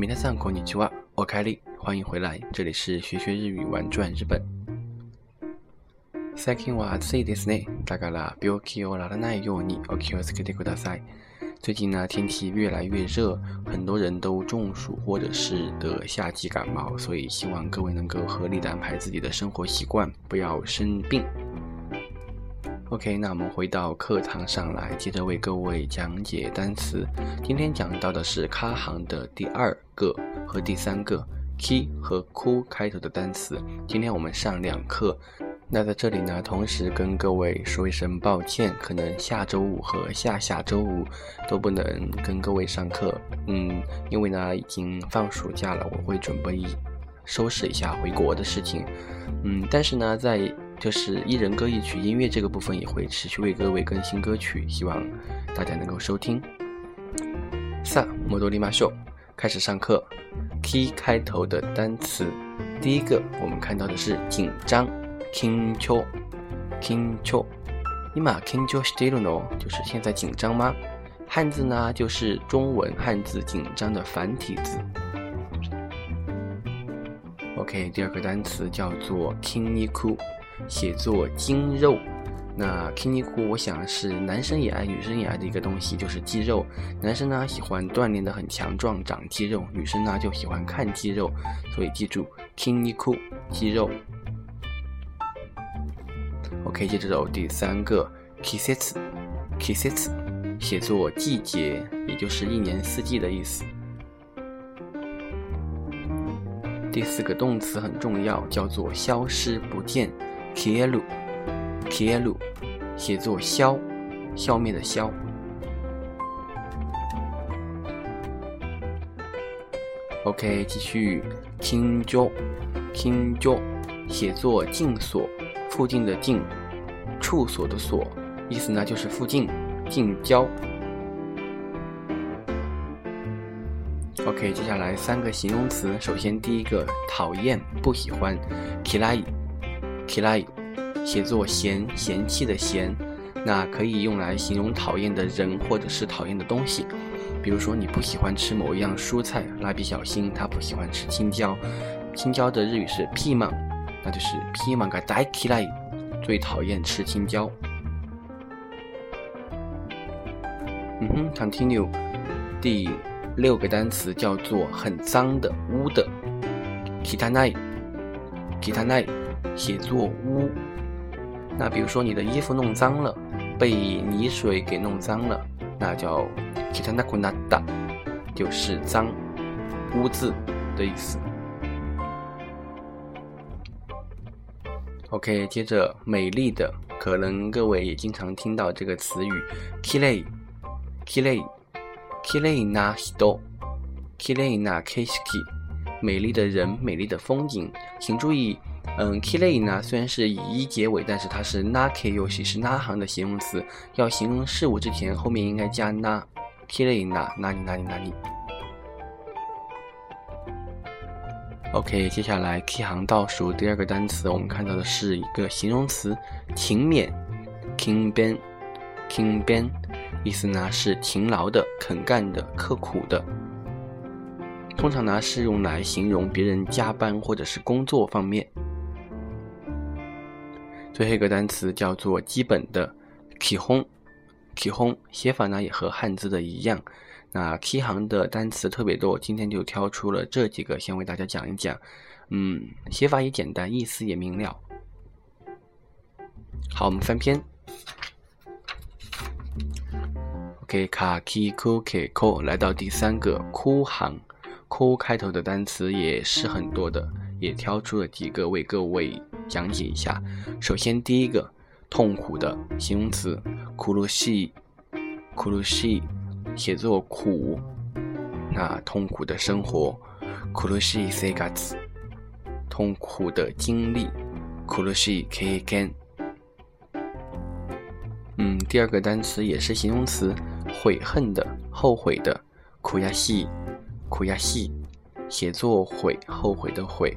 皆さんこんにちは，おかえり，欢迎回来，这里是学学日语玩转日本。最近は暑いですね。だから病気をならないようにお気をつけてください。最近呢，天气越来越热，很多人都中暑或者是得夏季感冒，所以希望各位能够合理的安排自己的生活习惯，不要生病。OK， 那我们回到课堂上来，接着为各位讲解单词。今天讲到的是卡行的第2个和第3个 ki 和 ku 开头的单词。今天我们上2课。那在这里呢，同时跟各位说一声抱歉，可能下周五和下周五都不能跟各位上课。因为呢已经放暑假了，我会准备收拾一下回国的事情。但是呢，在就是一人歌一曲音乐这个部分也会持续为各位更新歌曲，希望大家能够收听。さあ、戻りましょう。开始上课。ki 开头的单词，第一个我们看到的是紧张。緊張今緊張しているの？就是现在紧张吗？汉字呢就是中文汉字紧张的繁体字。OK， 第2个单词叫做筋肉，写作筋肉。那筋肉我想是男生也爱女生也爱的一个东西，就是肌肉。男生呢喜欢锻炼的很强壮长肌肉，女生呢就喜欢看肌肉，所以记住筋肉肌肉。OK， 接着走第3个季節写作季节，也就是一年四季的意思。第4个动词很重要，叫做消失不见，消える写作消灭的消。OK， 继续近所写作近所，附近的近，处所的所，意思呢就是附近，近郊。OK， 接下来3个形容词。首先第一个讨厌不喜欢，嫌い写作嫌弃的嫌，那可以用来形容讨厌的人或者是讨厌的东西。比如说你不喜欢吃某一样蔬菜，蜡笔小新他不喜欢吃青椒，青椒的日语是ピーマン，那就是ピーマンが大嫌い，最讨厌吃青椒。Continue。 第6个单词叫做很脏的污的，汚い写作污。那比如说你的衣服弄脏了，被泥水给弄脏了，那叫汚くなった，就是脏污渍的意思。OK， 接着美丽的，可能各位也经常听到这个词语きれいな人，きれいな景色，美丽的人，美丽的风景。请注意きれい呢虽然是以一结尾，但是它是なけよし，是那行的形容词，要形容事物之前后面应该加な，きれいな哪里。OK， 接下来 K 行倒数第2个单词，我们看到的是一个形容词勤勉，勤勉，意思呢是勤劳的、肯干的、刻苦的。通常呢是用来形容别人加班或者是工作方面。最后一个单词叫做基本的基本，写法呢也和汉字的一样。那 K 行的单词特别多，今天就挑出了这几个先为大家讲一讲。写法也简单，意思也明了。好，我们翻篇。OK， 卡 ki ku ke ko 来到第3个哭行，ku 开头的单词也是很多的，也挑出了几个为各位讲解一下。首先第一个痛苦的形容词苦しい写作苦，那痛苦的生活苦しい生活，痛苦的经历苦しい経験。第2个单词也是形容词悔恨的、后悔的悔しい写作悔，后悔的悔。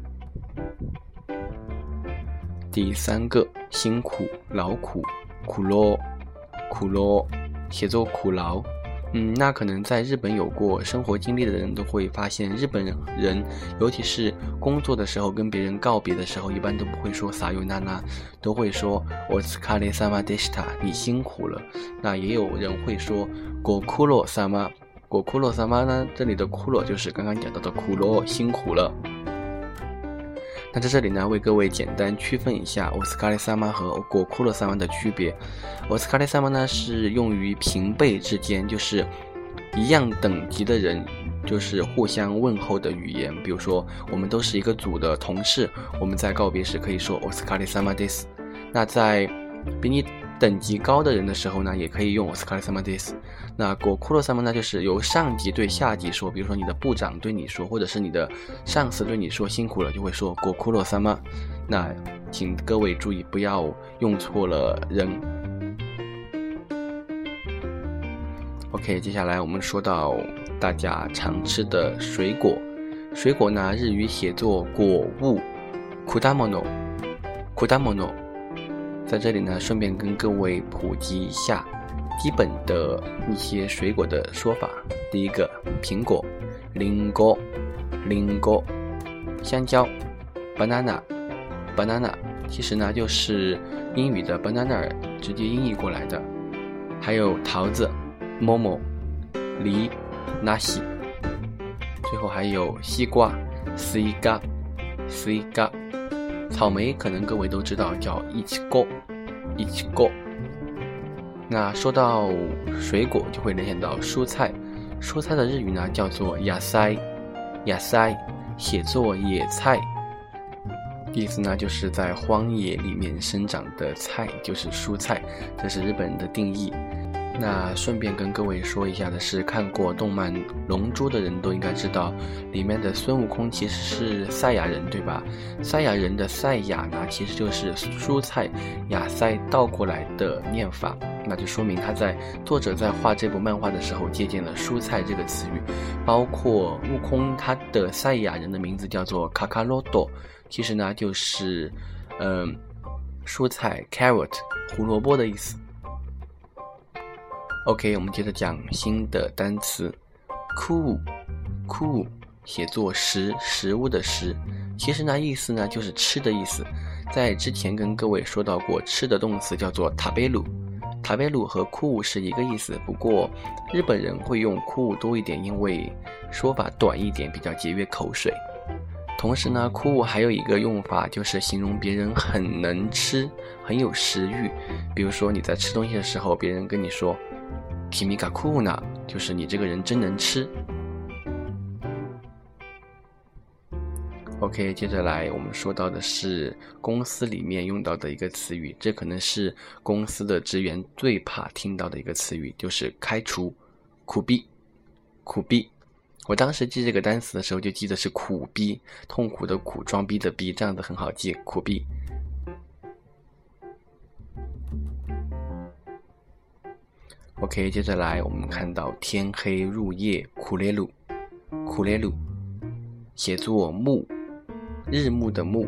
第3个辛苦、劳苦苦労写作苦劳那可能在日本有过生活经历的人都会发现，日本人尤其是工作的时候跟别人告别的时候，一般都不会说撒由那拉，都会说お疲れ様でした，你辛苦了。那也有人会说ご苦労様，ご苦労様呢，这里的苦労就是刚刚讲到的苦労，辛苦了。那在这里呢，为各位简单区分一下お疲れ様和ご苦労様的区别。お疲れ様呢是用于平辈之间，就是一样等级的人，就是互相问候的语言。比如说我们都是一个组的同事，我们在告别时可以说お疲れ様です。那在比你等级高的人的时候呢，也可以用お疲れ様です。那ご苦労様呢，就是由上级对下级说，比如说你的部长对你说，或者是你的上司对你说辛苦了，就会说ご苦労様。那请各位注意，不要用错了人。OK， 接下来我们说到大家常吃的水果。水果呢，日语写作果物，果物，果物。在这里呢，顺便跟各位普及一下基本的一些水果的说法。第一个，苹果，リンゴ，香蕉 ，banana，其实呢就是英语的 banana 直接音译过来的。还有桃子，モモ，梨，ナシ。最后还有西瓜，スイカ。草莓可能各位都知道叫イチゴ。那说到水果就会联想到蔬菜，蔬菜的日语呢叫做野菜，写作野菜，意思呢就是在荒野里面生长的菜，就是蔬菜，这是日本人的定义。那顺便跟各位说一下的是，看过动漫《龙珠》的人都应该知道，里面的孙悟空其实是赛亚人，对吧？赛亚人的赛亚呢，其实就是蔬菜亚塞倒过来的念法，那就说明作者在画这部漫画的时候借鉴了蔬菜这个词语。包括悟空他的赛亚人的名字叫做卡卡罗多，其实呢就是蔬菜 carrot 胡萝卜的意思。OK， 我们接着讲新的单词。cool 写作食物的食，其实呢意思呢就是吃的意思。在之前跟各位说到过，吃的动词叫做食べる，食べる和cool是一个意思，不过日本人会用cool多一点，因为说法短一点，比较节约口水。同时呢cool还有一个用法，就是形容别人很能吃，很有食欲。比如说你在吃东西的时候，别人跟你说君が食うな，就是你这个人真能吃。OK， 接着来我们说到的是公司里面用到的一个词语，这可能是公司的职员最怕听到的一个词语，就是开除。苦逼，我当时记这个单词的时候就记得是苦逼，痛苦的苦，装逼的逼，这样子很好记，苦逼。OK， 接着来我们看到天黑入夜，苦烈路，写作暮，日暮的暮。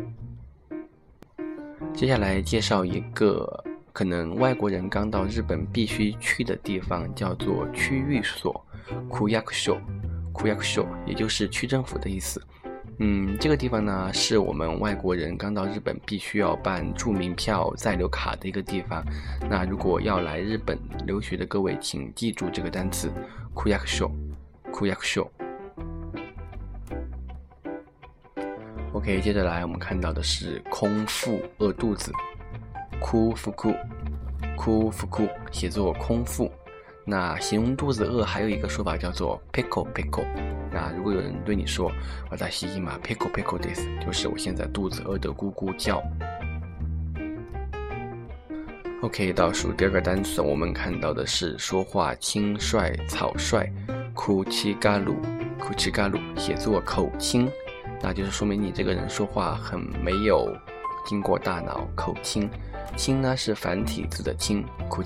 接下来介绍一个可能外国人刚到日本必须去的地方，叫做区域所，区役所，也就是区政府的意思。这个地方呢是我们外国人刚到日本必须要办住民票在留卡的一个地方。那如果要来日本留学的各位，请记住这个单词区役所。OK， 接着来我们看到的是空腹饿肚子，空腹写作空腹。那形容肚子饿还有一个说法叫做ペコペコ。那如果有人对你说私今ペコペコです，就是我现在肚子饿得咕咕叫。OK， 倒数第二个单词我们看到的是说话轻率草率，口がる写作口轻，那就是说明你这个人说话很没有经过大脑，口轻。轻呢是繁体字的轻，口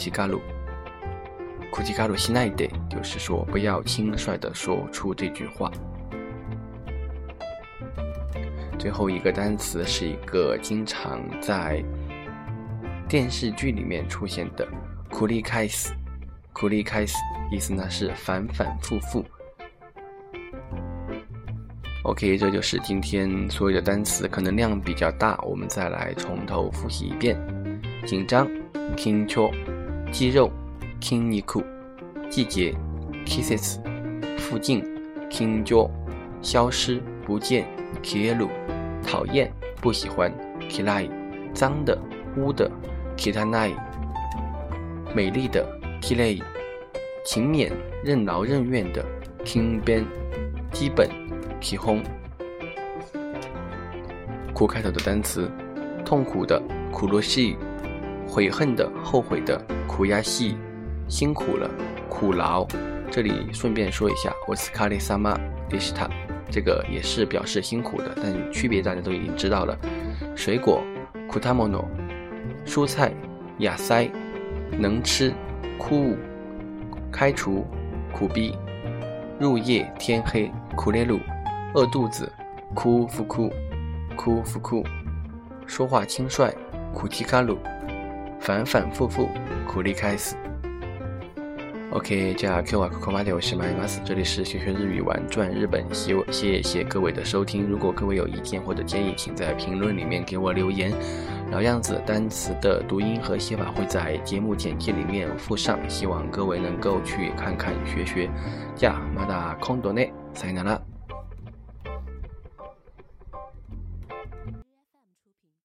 しないで，就是说不要轻率地说出这句话。最后一个单词是一个经常在电视剧里面出现的繰り返す， 繰り返す，意思呢是反反复复。OK， 这就是今天所有的单词，可能量比较大，我们再来从头复习一遍。紧张，緊張，肌肉，筋肉，季节，季節，附近，近所，消失不见，消える，讨厌不喜欢，嫌い，脏的污的，汚い，美丽的，きれい，勤勉任劳任怨的，勤勉，基本，基本。苦开头的单词，痛苦的苦しい，悔恨的后悔的苦しい，辛苦了苦劳。这里顺便说一下お疲れ様でした，这个也是表示辛苦的，但区别大家都已经知道了。水果果物，蔬菜野菜，能吃苦开除苦逼，入夜天黑苦れる，饿肚子苦腹苦腹苦，说话轻率苦气卡鲁，反反复复苦力开始。OK， じゃあ今日はここまでおしまいます。这里是学学日语玩转日本，谢谢各位的收听。如果各位有意见或者建议，请在评论里面给我留言。老样子，单词的读音和写法会在节目简介里面附上，希望各位能够去看看学学。じゃあまた今度ね。さよなら。